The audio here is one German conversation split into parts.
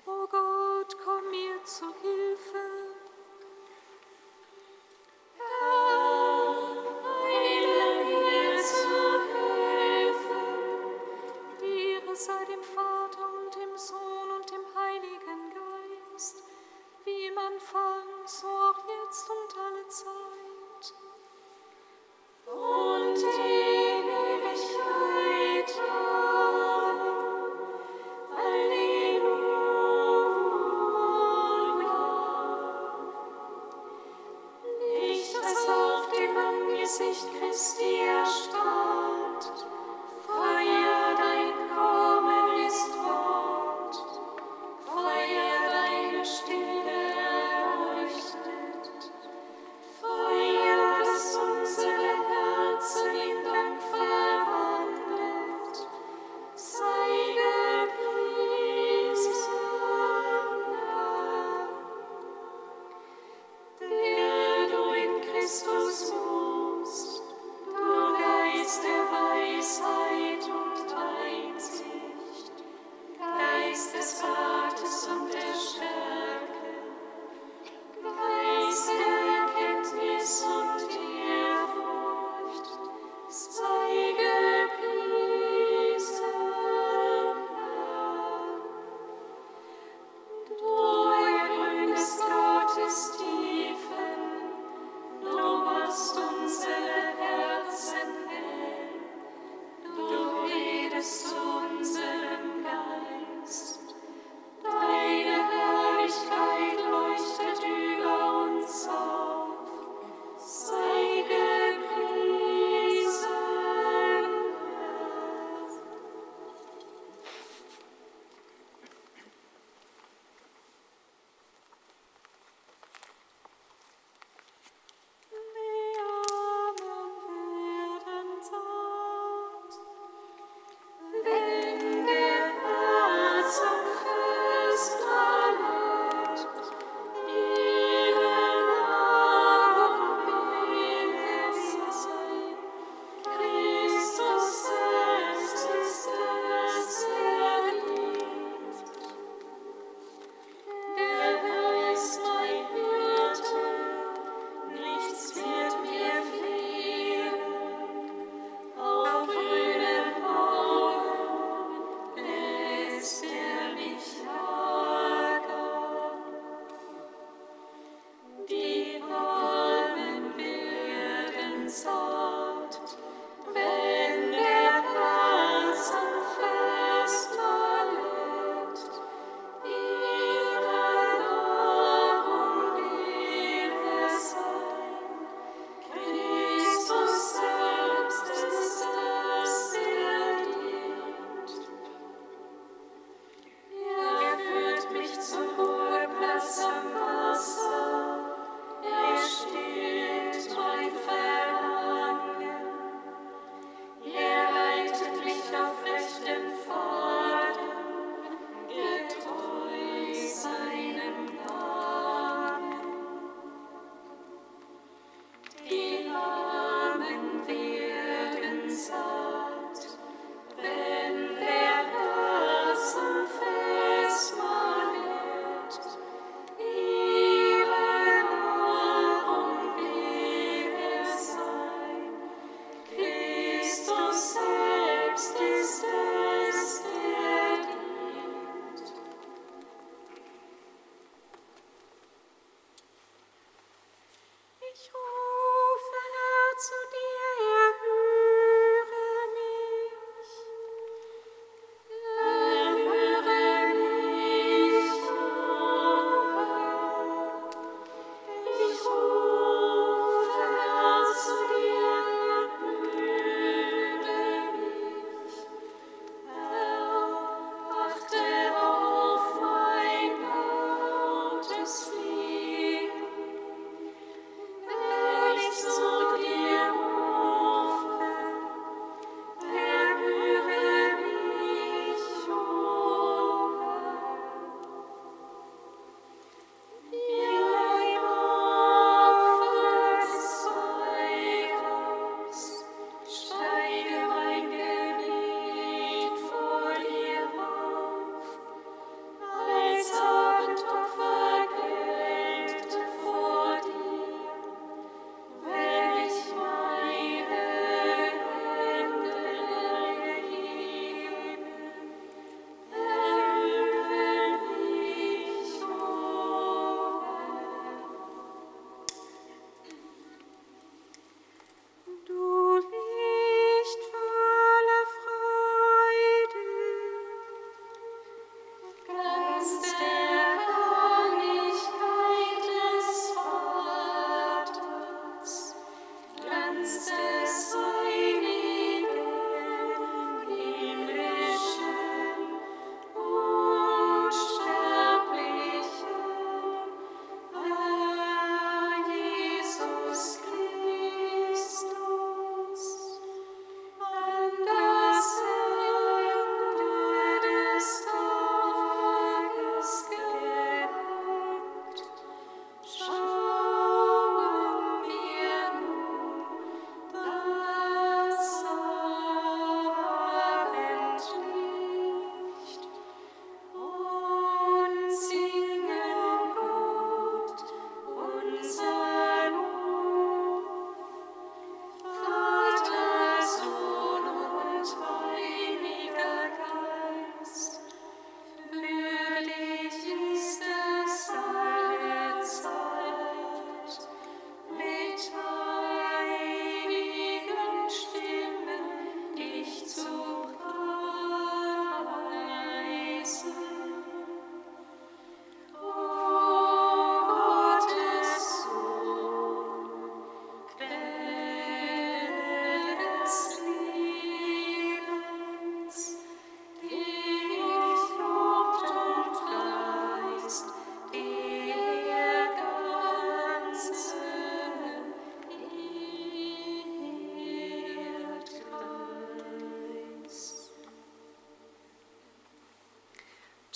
O Gott, komm mir zu Hilfe. Herr, eile mir zu Hilfe. Ehre sei dem Vater und dem Sohn und dem Heiligen Geist, wie im Anfang, so auch jetzt und alle Zeit. Und in Ewigkeit. Amen. Halleluja. Licht, das auf dem Angesicht Christi erstarrt, feier dein Kommen ist Wort, feier deine Stille erleuchtet.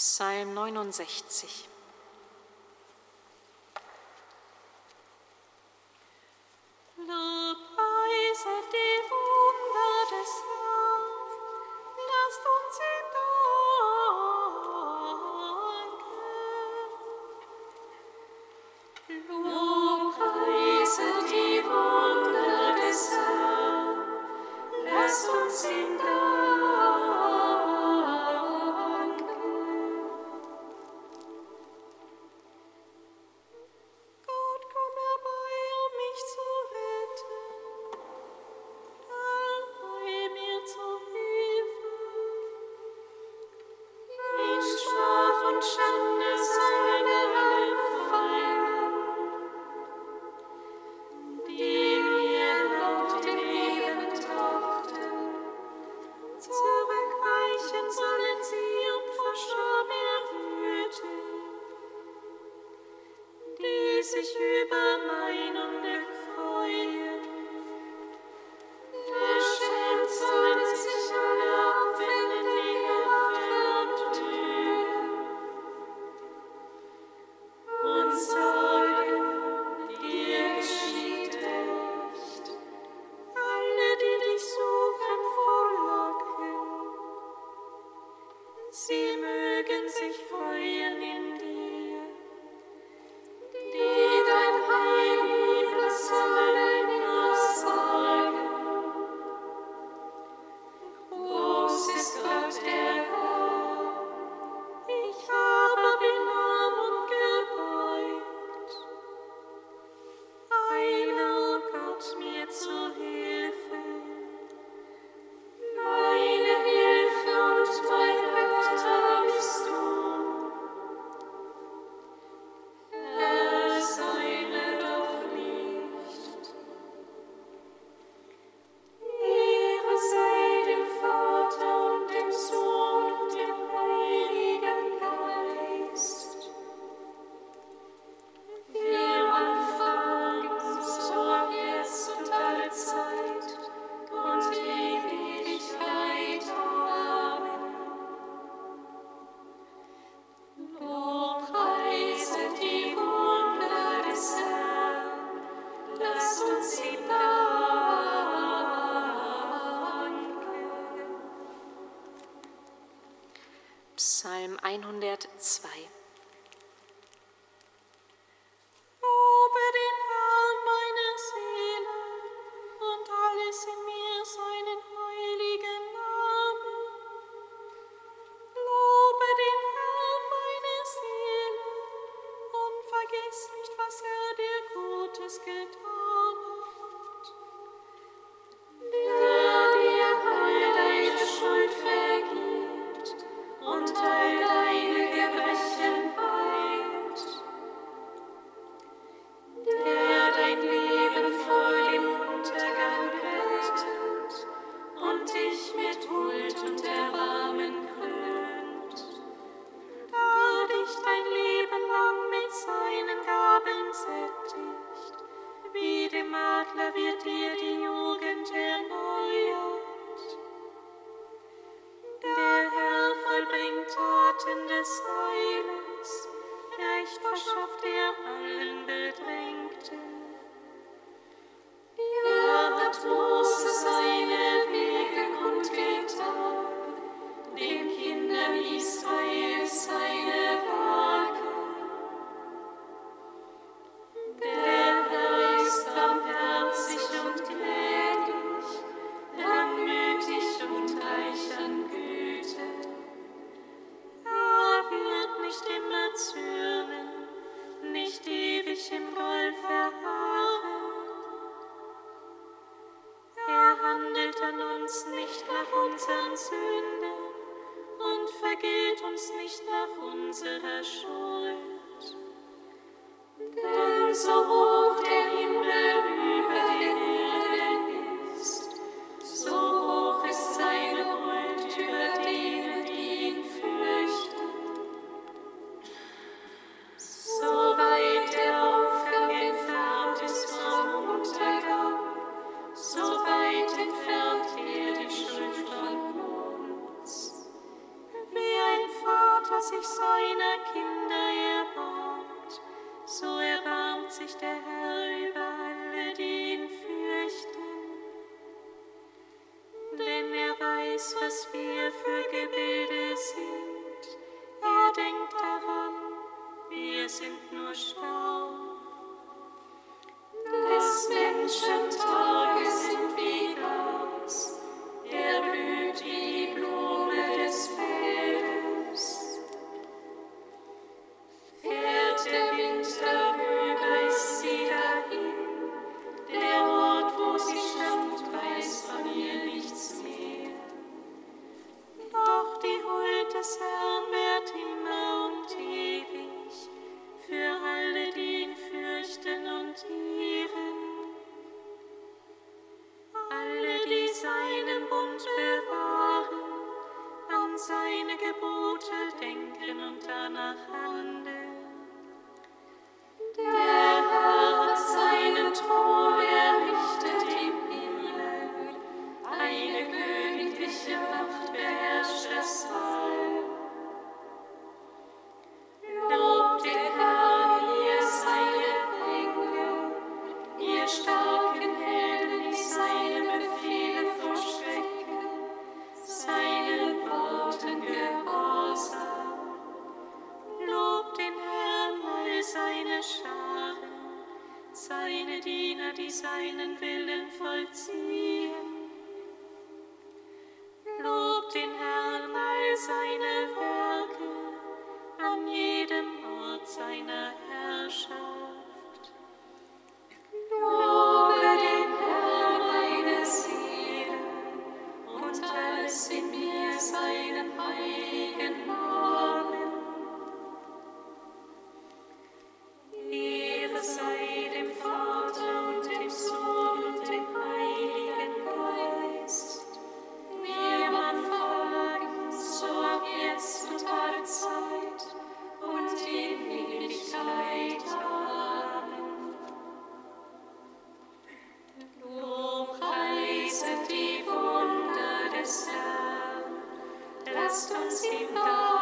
Psalm 69. Lobpreiset die Wunder des Herrn, lasst uns ihm danken. Lobpreiset die Wunder des Herrn, lasst uns ihm danken. Gott, komm herbei, um mich zu retten. Allheil mir zu Hilfe. In Schmach und Schande sollen alle fallen, die mir nach dem Leben trachten. Zurückweichen sollen sie und vor Scham erröten, die sich über mein Unglück freuen. Beschämt sollen sich alle abwenden, die Gott vertrügen, und sagen, dir geschieht Recht. Alle, die dich suchen, frohlocken. Sie mögen sich freuen in dir, die dein Heil lieben, sollen nur sagen. Groß ist Gott der Herr, ich aber bin arm und gebeugt. Eile, o Gott, mir zu Hilfe, meine Hilfe und mein Retter bist du. Ersäume doch nicht. Ehre sei dem Vater und dem Sohn und dem Heiligen Geist. Wie am Anfang, so jetzt und alle Zeit und Ewigkeit. Amen. Lobpreiset die Wunder des Herrn, lasst uns ihm danken. Psalm 102. Lobe den Herrn, meine Seele, und alles in mir seinen heiligen Namen. Lobe den Herrn, meine Seele, und vergiss nicht, was dir Gutes getan hat. Der dir all deine Schuld vergibt und all deine Gebrechen heilt. Der dein Leben vor dem Untergang rettet und dich mit Huld und Erbarmen krönt. Da dich dein Leben lang mit seinen Gaben sättigt, wie dem Adler wird dir die Jugend erneuert. Der Herr vollbringt Taten des Heiles, Recht verschafft er allen Bedrängten. Er hat Mose seine Wege kundgetan, den Kindern Israels seine Werke. Der Herr ist barmherzig und gnädig, langmütig und reich an Güte. Er wird nicht immer zürnen, nicht ewig im Groll verharren. Er handelt an uns nicht nach unseren Sünden und vergilt uns nicht nach unserer Schuld. Denn so hoch der Himmel über der Erde ist, so hoch ist seine Huld über denen, die ihn fürchten. So weit der Aufgang entfernt ist vom Untergang, so weit entfernt er die Schuld von uns. Wie ein Vater sich sind nur Staub. Des Menschen Tage sind wie Gras, er blüht wie die Blume des Feldes. Fährt der Wind darüber, ist sie dahin, der Ort, wo sie stand, weiß von ihr nichts mehr. Doch die Huld des Herrn währt immer und ewig, für alle, die ihn fürchten und ehren. Alle, die seinen Bund bewahren, an seine Gebote denken und danach handeln. Der Herr hat seinen Thron errichtet im Himmel, eine königliche Macht beherrscht das All. Lobt den Herrn, ihr seine Engel, ihr starken Helden, die seine Befehle vollstrecken, seinen Worten gehorsam. Lobt den Herrn, all seine Scharen, seine Diener, die seinen Willen vollziehen. Lobt den Herrn, all seine Werke, an jedem Ort seiner Herrschaft. Lobe den Herrn, meine Seele, und alles in mir seinen heiligen Namen. Ehre sei dem Vater und dem Sohn und dem Heiligen Geist, wie am Anfang, so auch jetzt und alle Zeit und in Ewigkeit. Amen. Lobpreiset die Wunder des Herrn, lasst uns ihm danken.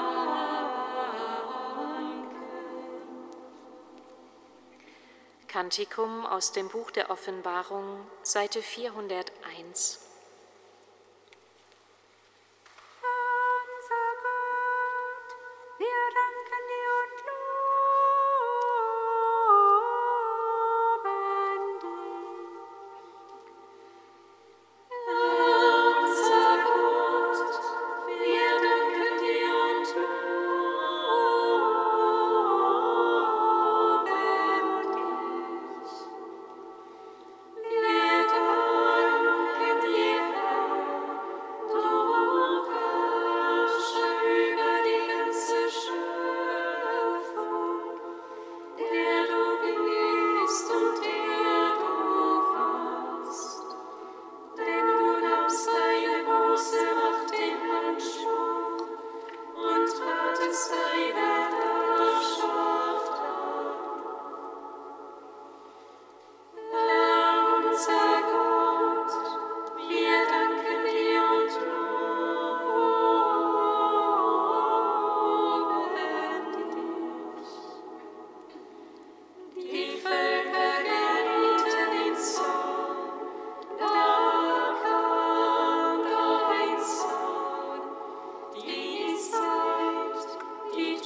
Kantikum aus dem Buch der Offenbarung, Seite 401. Unser Gott, wir danken dir und loben dich. Unser Gott, wir danken dir und loben dich. Wir danken dir, Herr, du Herrscher über die ganze Schöpfung, der du bist und der du warst. Denn du nahmst deine große Macht in Anspruch und tratest deine Herrschaft an. Herr, unser Gott, wir danken dir und loben dich. Die Völker gerieten in Zorn, da kam doch ein Zorn. Die Zeit, die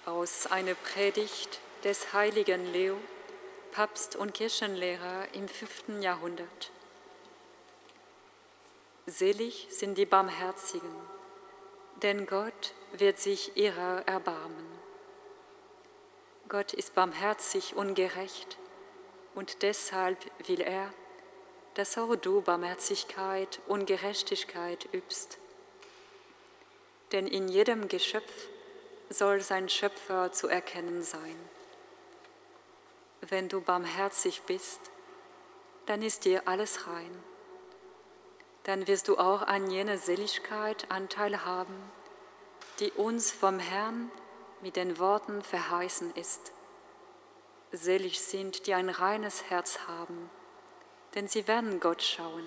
Aus einer Predigt des heiligen Leo, Papst und Kirchenlehrer im 5. Jahrhundert. Selig sind die Barmherzigen, denn Gott wird sich ihrer erbarmen. Gott ist barmherzig und gerecht, und deshalb will er, dass auch du Barmherzigkeit und Gerechtigkeit übst. Denn in jedem Geschöpf soll sein Schöpfer zu erkennen sein. Wenn du barmherzig bist, dann ist dir alles rein. Dann wirst du auch an jener Seligkeit Anteil haben, die uns vom Herrn mit den Worten verheißen ist. Selig sind, die ein reines Herz haben, denn sie werden Gott schauen.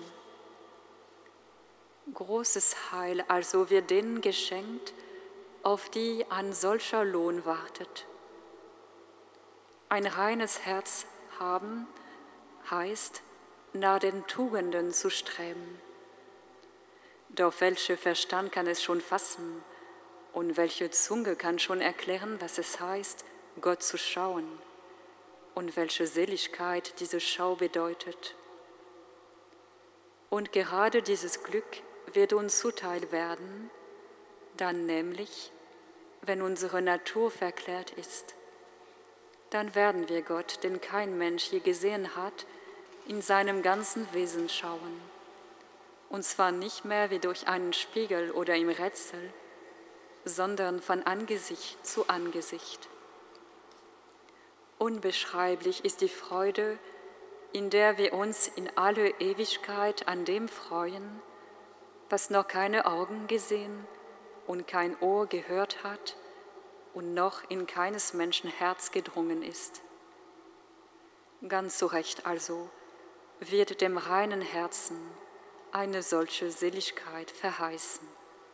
Großes Heil also wird denen geschenkt, auf die ein solcher Lohn wartet. Ein reines Herz haben heißt, nach den Tugenden zu streben. Doch welcher Verstand kann es schon fassen und welche Zunge kann schon erklären, was es heißt, Gott zu schauen und welche Seligkeit diese Schau bedeutet. Und gerade dieses Glück wird uns zuteil werden, dann nämlich, wenn unsere Natur verklärt ist. Dann werden wir Gott, den kein Mensch je gesehen hat, in seinem ganzen Wesen schauen. Und zwar nicht mehr wie durch einen Spiegel oder im Rätsel, sondern von Angesicht zu Angesicht. Unbeschreiblich ist die Freude, in der wir uns in alle Ewigkeit an dem freuen, was noch keine Augen gesehen und kein Ohr gehört hat und noch in keines Menschen Herz gedrungen ist. Ganz zu Recht also wird dem reinen Herzen eine solche Seligkeit verheißen.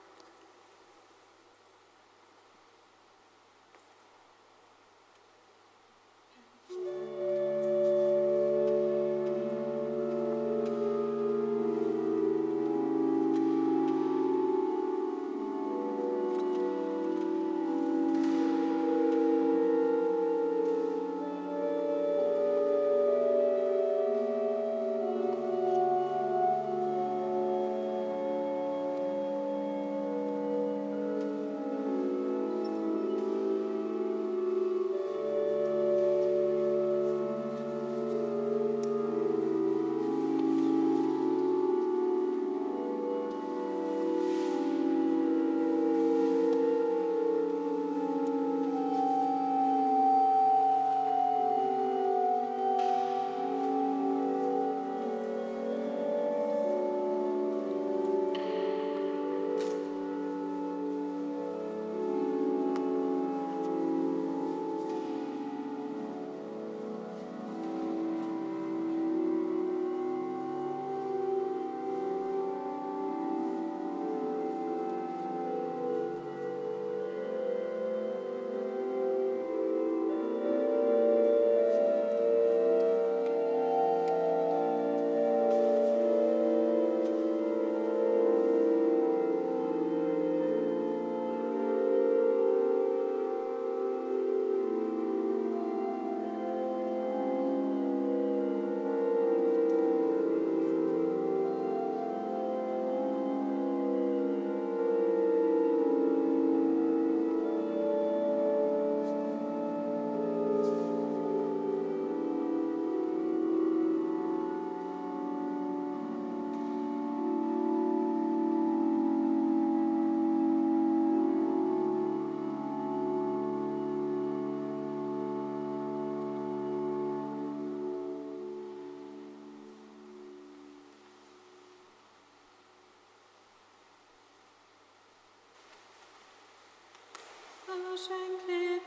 Schenk Leben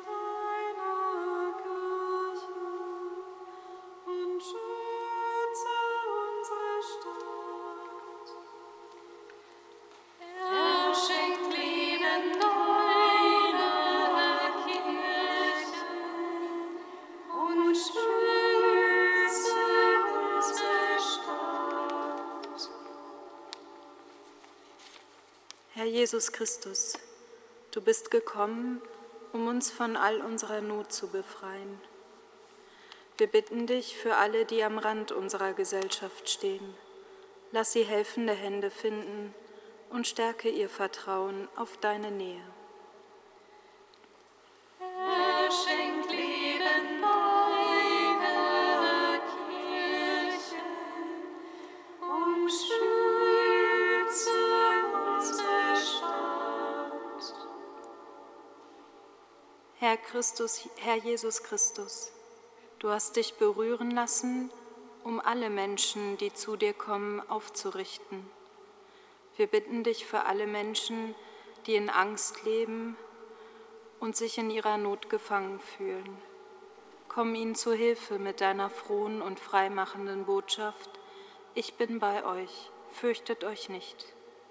deiner Kirche und schütze unsere Stadt. Schenk Leben deiner Kirche und schütze unsere Stadt. Herr Jesus Christus, du bist gekommen, um uns von all unserer Not zu befreien. Wir bitten dich für alle, die am Rand unserer Gesellschaft stehen. Lass sie helfende Hände finden und stärke ihr Vertrauen auf deine Nähe. Herr, schenk Leben deiner Kirche und schütze unsere Stadt. Herr Jesus Christus, du hast dich berühren lassen, um alle Menschen, die zu dir kommen, aufzurichten. Wir bitten dich für alle Menschen, die in Angst leben und sich in ihrer Not gefangen fühlen. Komm ihnen zu Hilfe mit deiner frohen und freimachenden Botschaft. Ich bin bei euch, fürchtet euch nicht.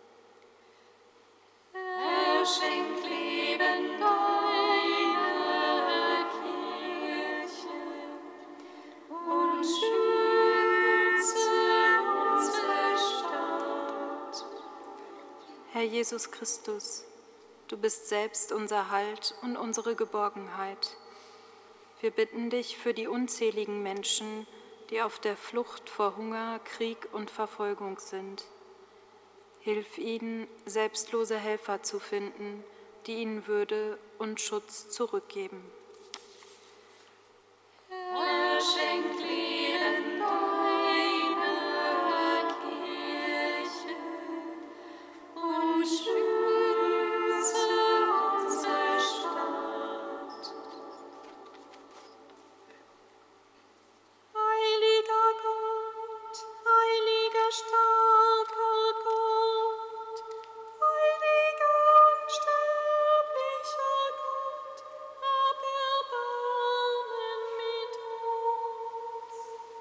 Herr, schenk Leben deiner Kirche und schütze unsere Stadt. Herr Jesus Christus, du bist selbst unser Halt und unsere Geborgenheit. Wir bitten dich für die unzähligen Menschen, die auf der Flucht vor Hunger, Krieg und Verfolgung sind. Hilf ihnen, selbstlose Helfer zu finden, die ihnen Würde und Schutz zurückgeben. Herr, schenk Leben deiner Kirche und schütze unsere Stadt. Heiliger Gott, heiliger starker Gott, heiliger unsterblicher Gott, hab Erbarmen mit uns.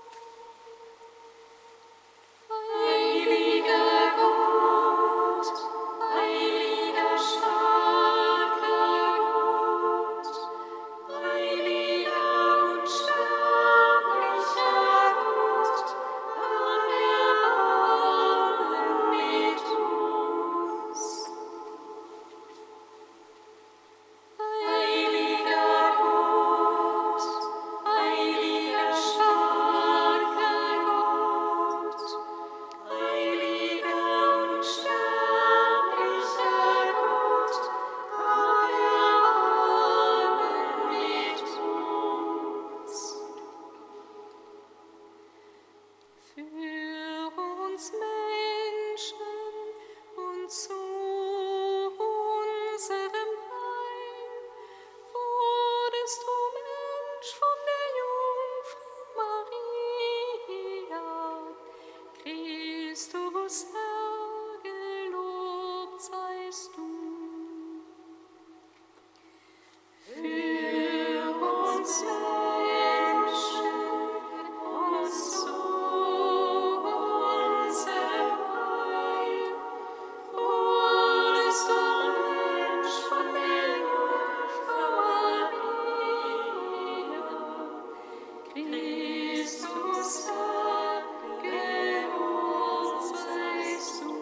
Heiliger Gott, heiliger starker Gott, heiliger unsterblicher Gott, hab Erbarmen mit uns. Heiliger Gott, heiliger starker Gott, heiliger unsterblicher Gott, hab Erbarmen mit uns. Führ uns Menschen und zu unserem Heil wurdest du Mensch von der Jungfrau Maria. Christus, Herr, gelobt seist du. Führ uns Menschen und zu unserem Heil wurdest du Mensch von der Jungfrau Maria. Christus, Herr, gelobt seist du.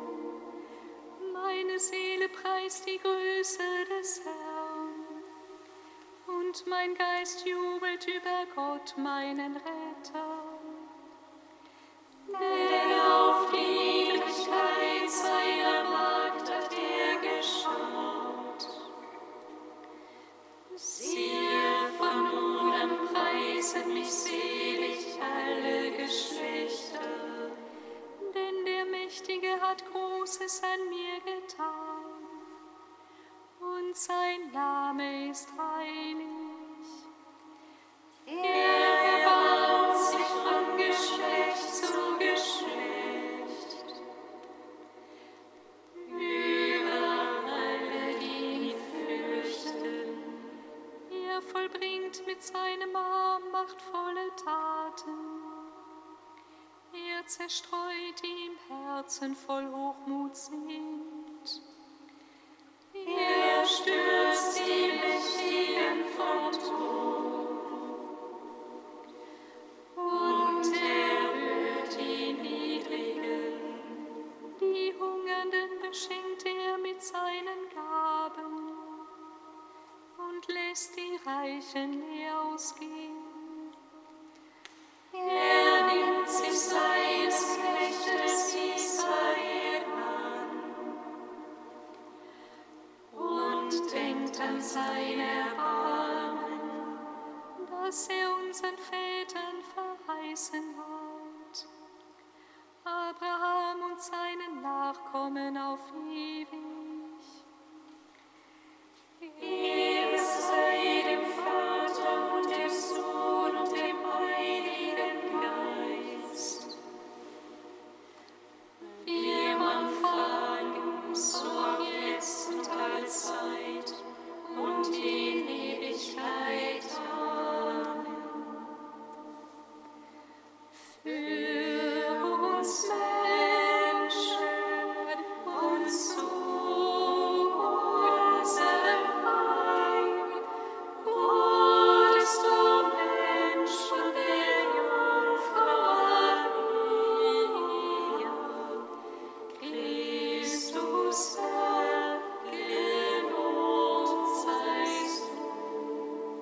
Meine Seele preist die Größe des Herrn, und mein Geist jubelt über Gott, meinen Retter. Denn auf die Niedrigkeit seiner Magd hat er geschaut. Siehe, von nun an preisen mich selig alle Geschlechter, denn der Mächtige hat Großes an mir getan, und sein Name ist heilig. Er erbarmt sich von Geschlecht zu Geschlecht über alle, die ihn fürchten. Er vollbringt mit seinem Arm machtvolle Taten. Er zerstreut, die im Herzen voll Hochmut sind. Er stürzt die Mächtigen vom Thron und erhöht die Niedrigen. Die Hungernden beschenkt er mit seinen Gaben und lässt die Reichen leer ausgehen. Er nimmt sich seines Knechtes Israel an und denkt an sein Erbarmen, das er unseren Vätern verheißen hat, Abraham und seinen Nachkommen auf ewig. Ehre sei dem Vater und dem Sohn und dem Heiligen Geist, wie am Anfang, so auch jetzt und allezeit und in Ewigkeit. Amen. Führe uns Menschen und zu unserem Heil, wurdest du Mensch von der Jungfrau Maria. Christus Herr, gelobt seist du.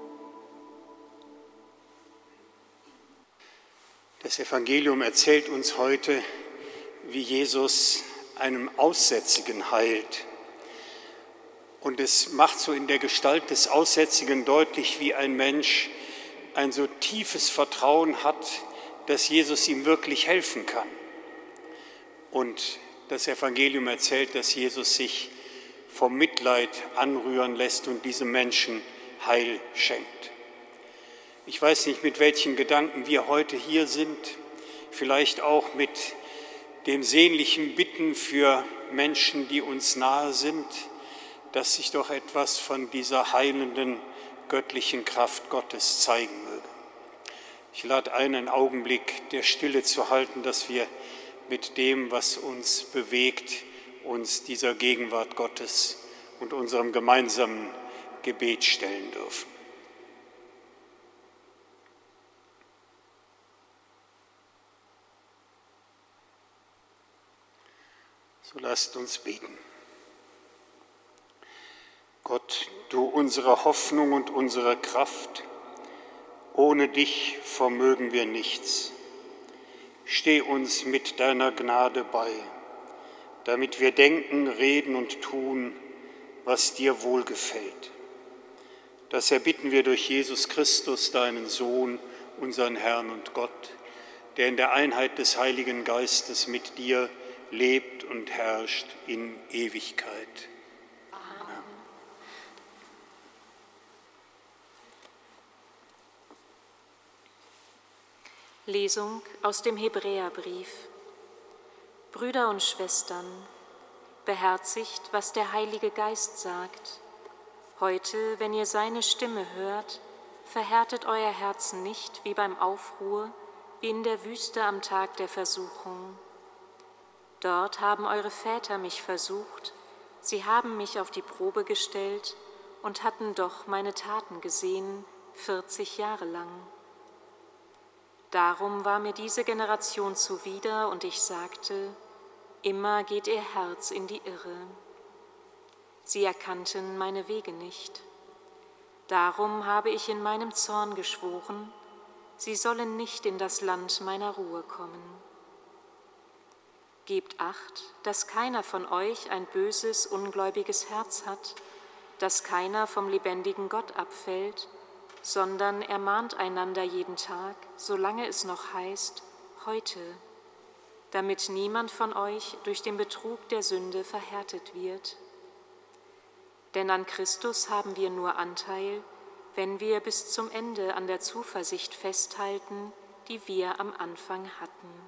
Das Evangelium erzählt uns heute, wie Jesus einem Aussätzigen heilt. Und es macht so in der Gestalt des Aussätzigen deutlich, wie ein Mensch ein so tiefes Vertrauen hat, dass Jesus ihm wirklich helfen kann. Und das Evangelium erzählt, dass Jesus sich vom Mitleid anrühren lässt und diesem Menschen Heil schenkt. Ich weiß nicht, mit welchen Gedanken wir heute hier sind, vielleicht auch mit dem sehnlichen Bitten für Menschen, die uns nahe sind, dass sich doch etwas von dieser heilenden, göttlichen Kraft Gottes zeigen möge. Ich lade ein, einen Augenblick der Stille zu halten, dass wir mit dem, was uns bewegt, uns dieser Gegenwart Gottes und unserem gemeinsamen Gebet stellen dürfen. So lasst uns beten. Gott, du unsere Hoffnung und unsere Kraft, ohne dich vermögen wir nichts. Steh uns mit deiner Gnade bei, damit wir denken, reden und tun, was dir wohlgefällt. Das erbitten wir durch Jesus Christus, deinen Sohn, unseren Herrn und Gott, der in der Einheit des Heiligen Geistes mit dir lebt und herrscht in Ewigkeit. Amen. Lesung aus dem Hebräerbrief. Brüder und Schwestern, beherzigt, was der Heilige Geist sagt. Heute, wenn ihr seine Stimme hört, verhärtet euer Herzen nicht wie beim Aufruhr, wie in der Wüste am Tag der Versuchung. Dort haben eure Väter mich versucht, sie haben mich auf die Probe gestellt und hatten doch meine Taten gesehen, 40 Jahre lang. Darum war mir diese Generation zuwider und ich sagte, immer geht ihr Herz in die Irre. Sie erkannten meine Wege nicht. Darum habe ich in meinem Zorn geschworen, sie sollen nicht in das Land meiner Ruhe kommen. Gebt Acht, dass keiner von euch ein böses, ungläubiges Herz hat, dass keiner vom lebendigen Gott abfällt, sondern ermahnt einander jeden Tag, solange es noch heißt, heute, damit niemand von euch durch den Betrug der Sünde verhärtet wird. Denn an Christus haben wir nur Anteil, wenn wir bis zum Ende an der Zuversicht festhalten, die wir am Anfang hatten.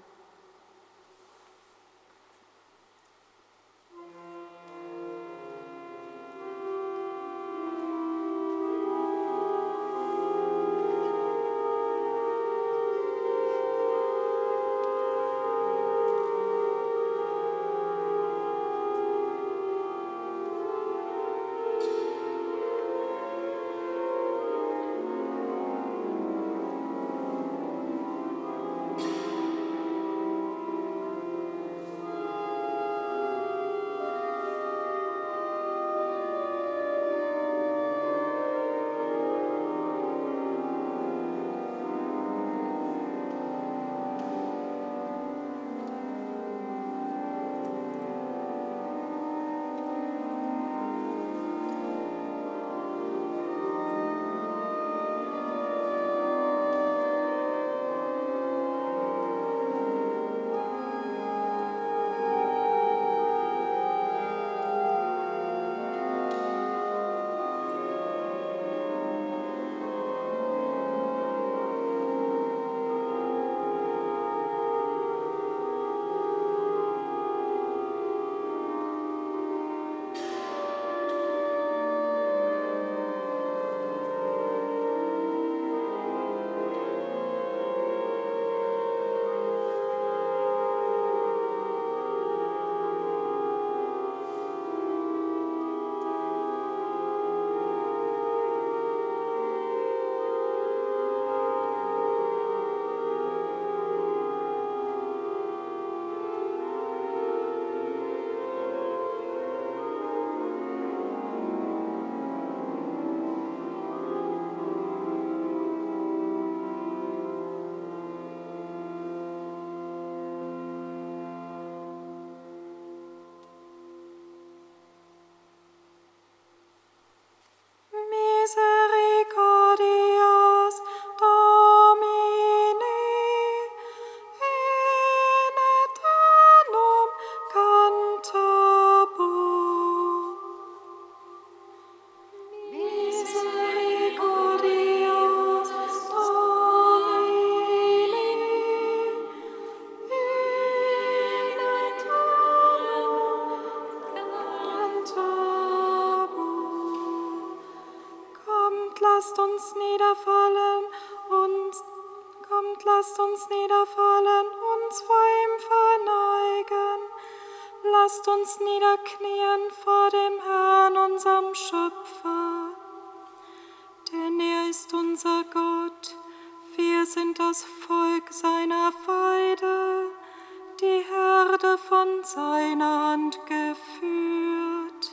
lasst uns niederfallen, uns vor ihm verneigen. Lasst uns niederknien vor dem Herrn, unserem Schöpfer. Denn er ist unser Gott, wir sind das Volk seiner Weide, die Herde von seiner Hand geführt.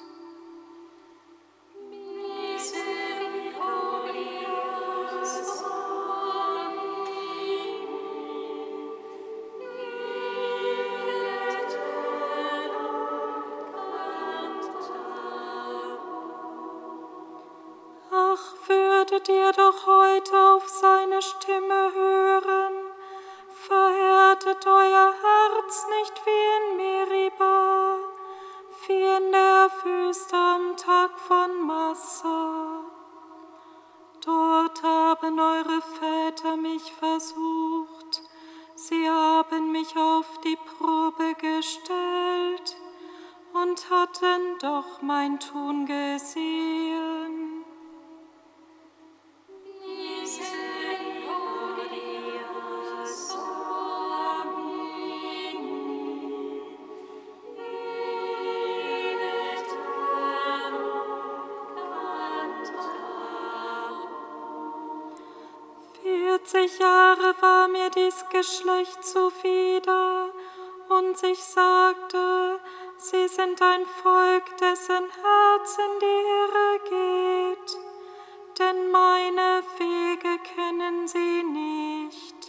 Würdet ihr doch heute auf seine Stimme hören, verhärtet euer Herz nicht wie in Meriba, wie in der Wüste am Tag von Massa. Dort haben eure Väter mich versucht, sie haben mich auf die Probe gestellt und hatten doch mein Tun gesehen. Jahre war mir dies Geschlecht zuwider, und ich sagte, sie sind ein Volk, dessen Herz in die Irre geht, denn meine Wege kennen sie nicht.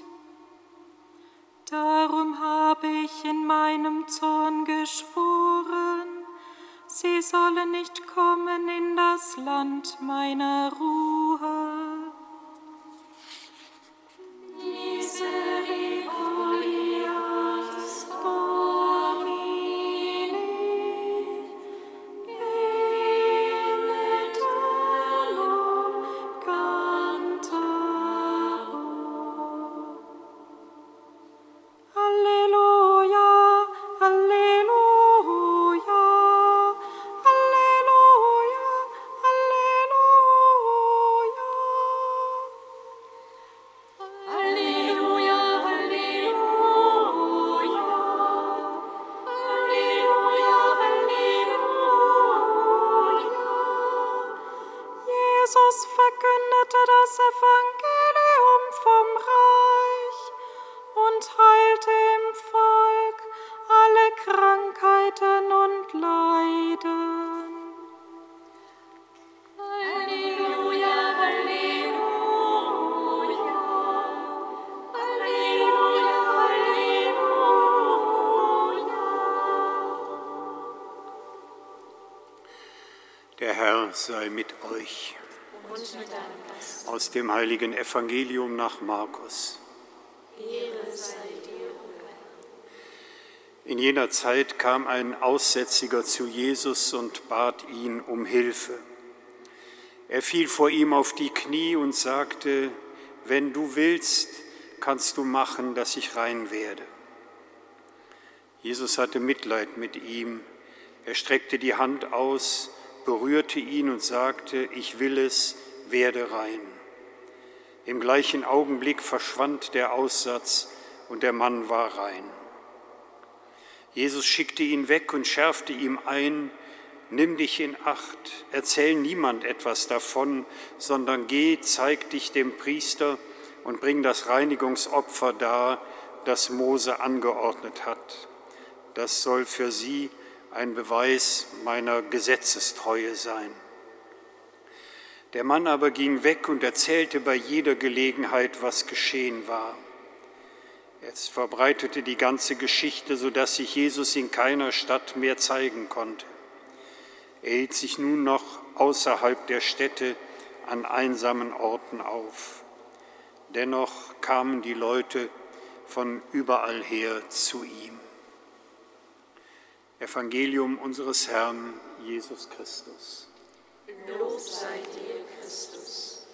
Darum habe ich in meinem Zorn geschworen, sie sollen nicht kommen in das Land meiner Ruhe. Jesus verkündete das Evangelium vom Reich und heilte im Volk alle Krankheiten und Leiden. Halleluja, Halleluja, Halleluja, Halleluja. Der Herr sei mit euch. Aus dem heiligen Evangelium nach Markus. Ehre sei dir, o Herr. In jener Zeit kam ein Aussätziger zu Jesus und bat ihn um Hilfe. Er fiel vor ihm auf die Knie und sagte: Wenn du willst, kannst du machen, dass ich rein werde. Jesus hatte Mitleid mit ihm. Er streckte die Hand aus, berührte ihn und sagte: Ich will es, werde rein. Im gleichen Augenblick verschwand der Aussatz und der Mann war rein. Jesus schickte ihn weg und schärfte ihm ein: Nimm dich in Acht, erzähl niemand etwas davon, sondern geh, zeig dich dem Priester und bring das Reinigungsopfer dar, das Mose angeordnet hat. Das soll für sie ein Beweis meiner Gesetzestreue sein. Der Mann aber ging weg und erzählte bei jeder Gelegenheit, was geschehen war. Es verbreitete die ganze Geschichte, sodass sich Jesus in keiner Stadt mehr zeigen konnte. Er hielt sich nun noch außerhalb der Städte an einsamen Orten auf. Dennoch kamen die Leute von überall her zu ihm. Evangelium unseres Herrn Jesus Christus. Lob sei dir, Christus.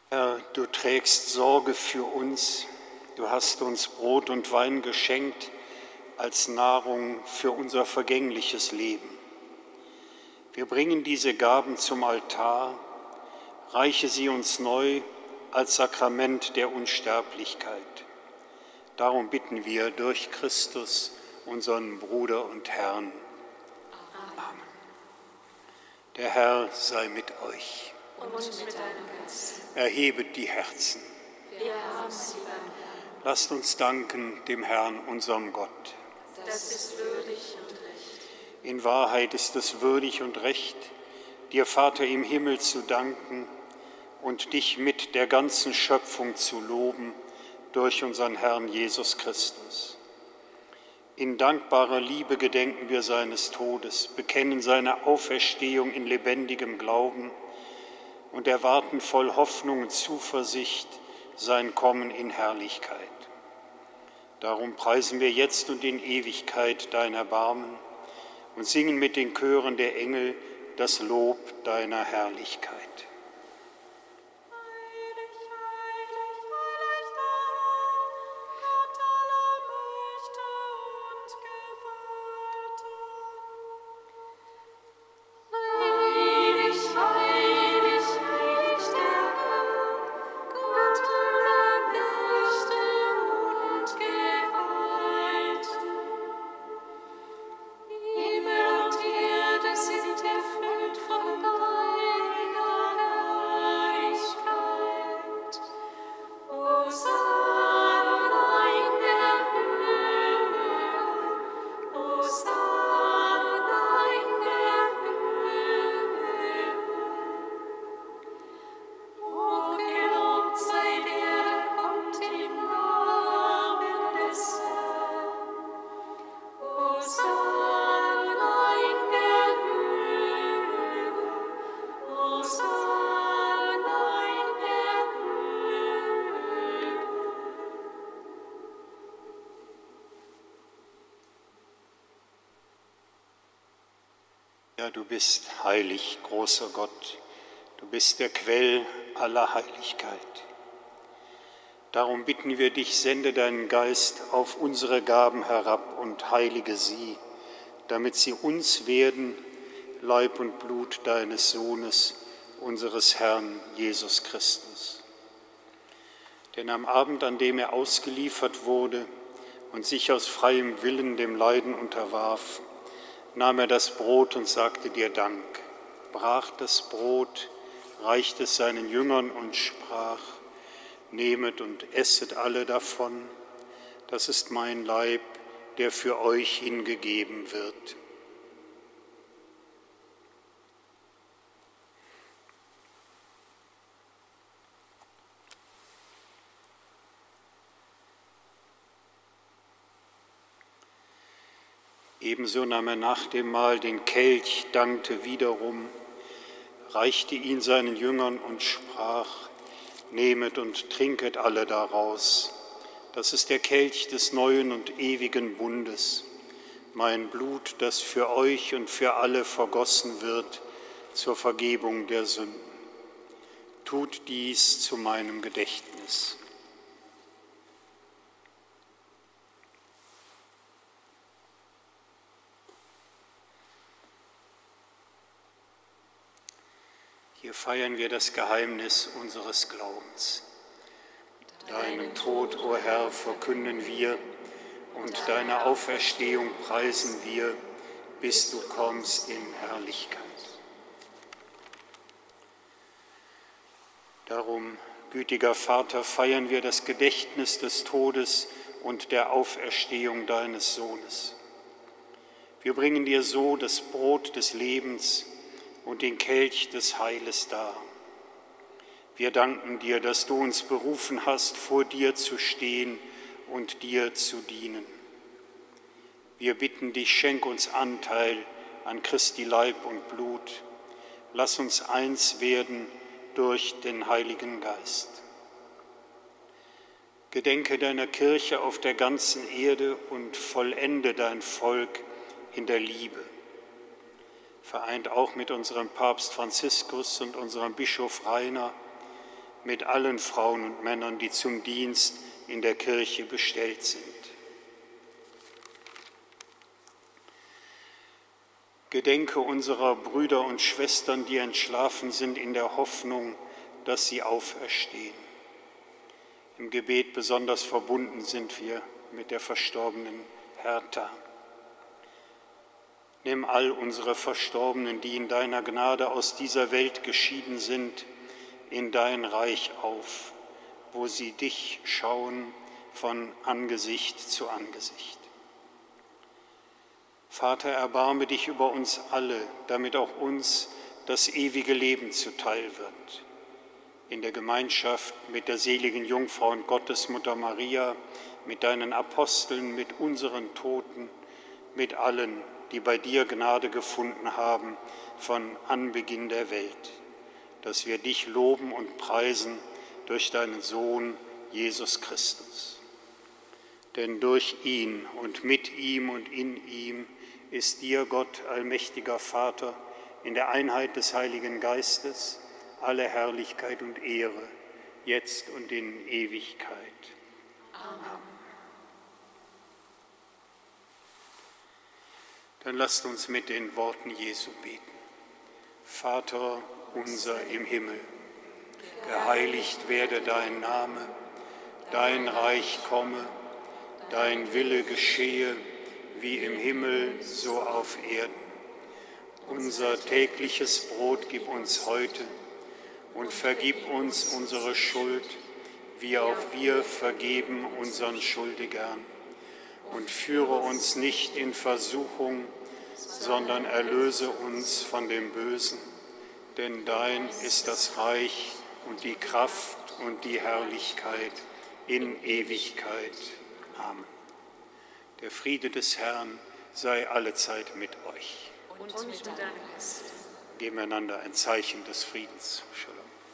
Herr, du trägst Sorge für uns. Du hast uns Brot und Wein geschenkt als Nahrung für unser vergängliches Leben. Wir bringen diese Gaben zum Altar, reiche sie uns neu als Sakrament der Unsterblichkeit. Darum bitten wir durch Christus, unseren Bruder und Herrn. Amen. Der Herr sei mit euch. Und mit deinem Geist. Erhebet die Herzen. Wir haben sie beim Herrn. Lasst uns danken dem Herrn, unserem Gott. Das ist würdig und recht. In Wahrheit ist es würdig und recht, dir, Vater im Himmel, zu danken und dich mit der ganzen Schöpfung zu loben durch unseren Herrn Jesus Christus. In dankbarer Liebe gedenken wir seines Todes, bekennen seine Auferstehung in lebendigem Glauben und erwarten voll Hoffnung und Zuversicht sein Kommen in Herrlichkeit. Darum preisen wir jetzt und in Ewigkeit dein Erbarmen und singen mit den Chören der Engel das Lob deiner Herrlichkeit. Ja, du bist heilig, großer Gott. Du bist der Quell aller Heiligkeit. Darum bitten wir dich, sende deinen Geist auf unsere Gaben herab und heilige sie, damit sie uns werden, Leib und Blut deines Sohnes, unseres Herrn Jesus Christus. Denn am Abend, an dem er ausgeliefert wurde und sich aus freiem Willen dem Leiden unterwarf, nahm er das Brot und sagte dir Dank, brach das Brot, reichte es seinen Jüngern und sprach: Nehmet und esset alle davon, das ist mein Leib, der für euch hingegeben wird. Ebenso nahm er nach dem Mahl den Kelch, dankte wiederum, reichte ihn seinen Jüngern und sprach: Nehmet und trinket alle daraus. Das ist der Kelch des neuen und ewigen Bundes, mein Blut, das für euch und für alle vergossen wird zur Vergebung der Sünden. Tut dies zu meinem Gedächtnis. Hier feiern wir das Geheimnis unseres Glaubens. Deinen Tod, o Herr, verkünden wir und deine Auferstehung preisen wir, bis du kommst in Herrlichkeit. Darum, gütiger Vater, feiern wir das Gedächtnis des Todes und der Auferstehung deines Sohnes. Wir bringen dir so das Brot des Lebens und den Kelch des Heiles dar. Wir danken dir, dass du uns berufen hast, vor dir zu stehen und dir zu dienen. Wir bitten dich, schenk uns Anteil an Christi Leib und Blut. Lass uns eins werden durch den Heiligen Geist. Gedenke deiner Kirche auf der ganzen Erde und vollende dein Volk in der Liebe. Vereint auch mit unserem Papst Franziskus und unserem Bischof Rainer, mit allen Frauen und Männern, die zum Dienst in der Kirche bestellt sind. Gedenke unserer Brüder und Schwestern, die entschlafen sind, in der Hoffnung, dass sie auferstehen. Im Gebet besonders verbunden sind wir mit der verstorbenen Hertha. Nimm all unsere Verstorbenen, die in deiner Gnade aus dieser Welt geschieden sind, in dein Reich auf, wo sie dich schauen von Angesicht zu Angesicht. Vater, erbarme dich über uns alle, damit auch uns das ewige Leben zuteil wird. In der Gemeinschaft mit der seligen Jungfrau und Gottesmutter Maria, mit deinen Aposteln, mit unseren Toten, mit allen, die bei dir Gnade gefunden haben von Anbeginn der Welt, dass wir dich loben und preisen durch deinen Sohn Jesus Christus. Denn durch ihn und mit ihm und in ihm ist dir, Gott, allmächtiger Vater, in der Einheit des Heiligen Geistes, alle Herrlichkeit und Ehre, jetzt und in Ewigkeit. Amen. Dann lasst uns mit den Worten Jesu beten. Vater unser im Himmel, geheiligt werde dein Name, dein Reich komme, dein Wille geschehe, wie im Himmel, so auf Erden. Unser tägliches Brot gib uns heute und vergib uns unsere Schuld, wie auch wir vergeben unseren Schuldigern. Und führe uns nicht in Versuchung, sondern erlöse uns von dem Bösen. Denn dein ist das Reich und die Kraft und die Herrlichkeit in Ewigkeit. Amen. Der Friede des Herrn sei allezeit mit euch. Und mit deinem Geist. Geben einander ein Zeichen des Friedens. Shalom.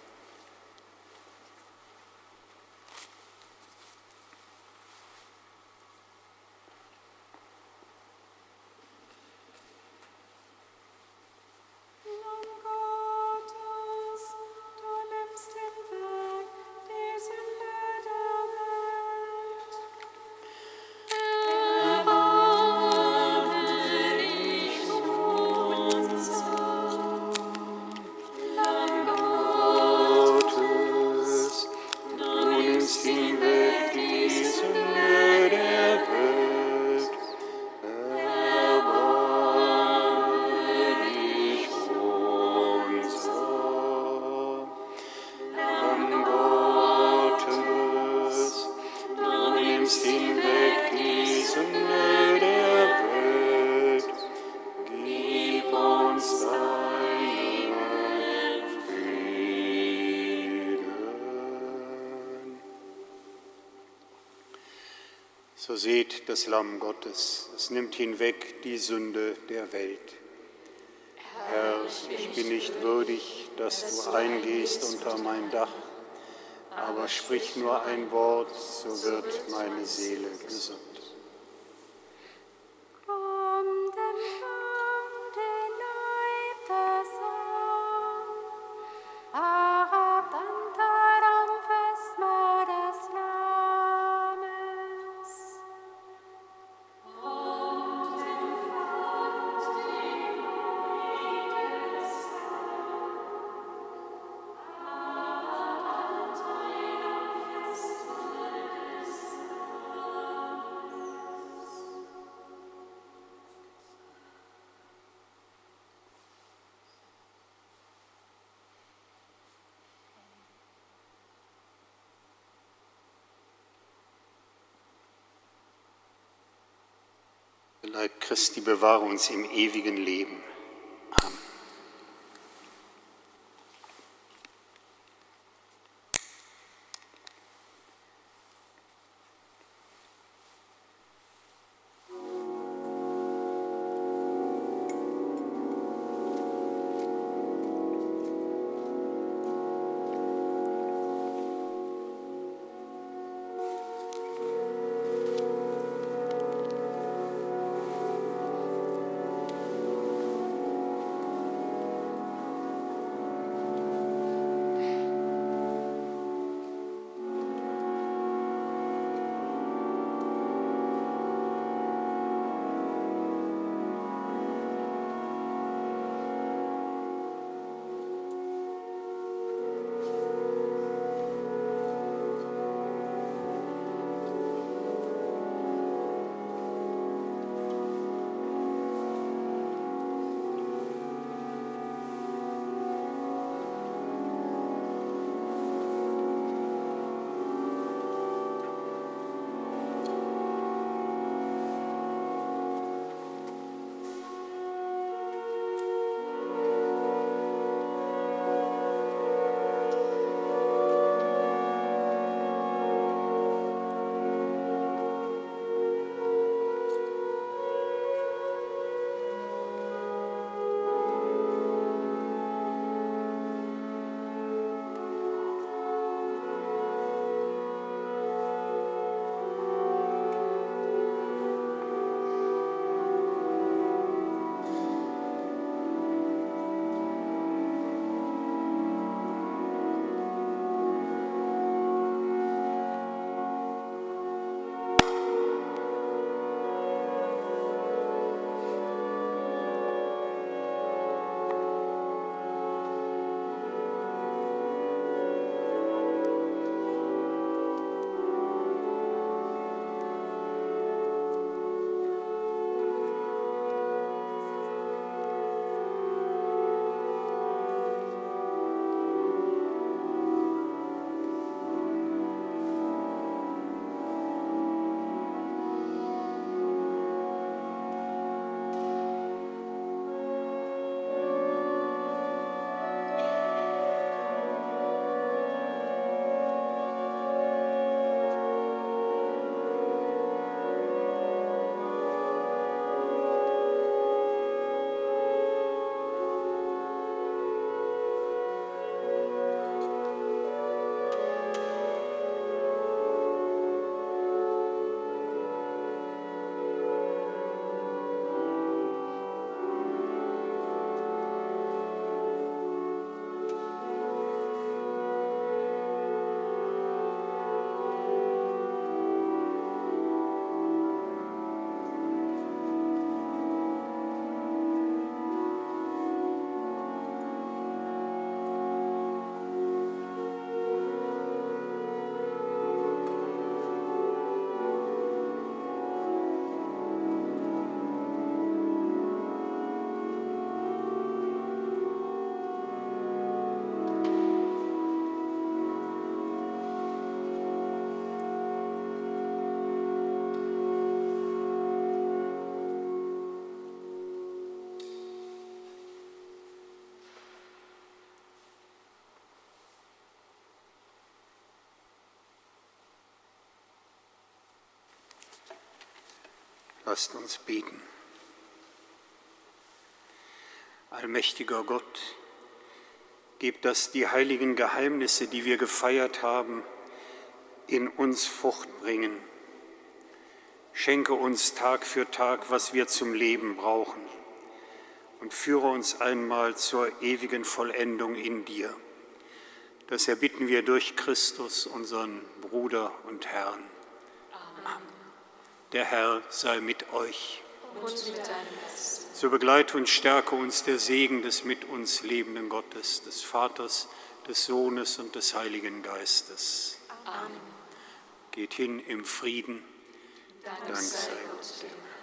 So seht das Lamm Gottes, es nimmt hinweg die Sünde der Welt. Herr, ich bin nicht würdig, dass du eingehst unter mein Dach, aber sprich nur ein Wort, so wird meine Seele gesund. Leib Christi, bewahre uns im ewigen Leben. Amen. Lasst uns beten. Allmächtiger Gott, gib, dass die heiligen Geheimnisse, die wir gefeiert haben, in uns Frucht bringen. Schenke uns Tag für Tag, was wir zum Leben brauchen, und führe uns einmal zur ewigen Vollendung in dir. Das erbitten wir durch Christus, unseren Bruder und Herrn. Amen. Der Herr sei mit euch. Und mit deinem Geist. So begleite und stärke uns der Segen des mit uns lebenden Gottes, des Vaters, des Sohnes und des Heiligen Geistes. Amen. Geht hin im Frieden. Dank sei Gott dem Herrn.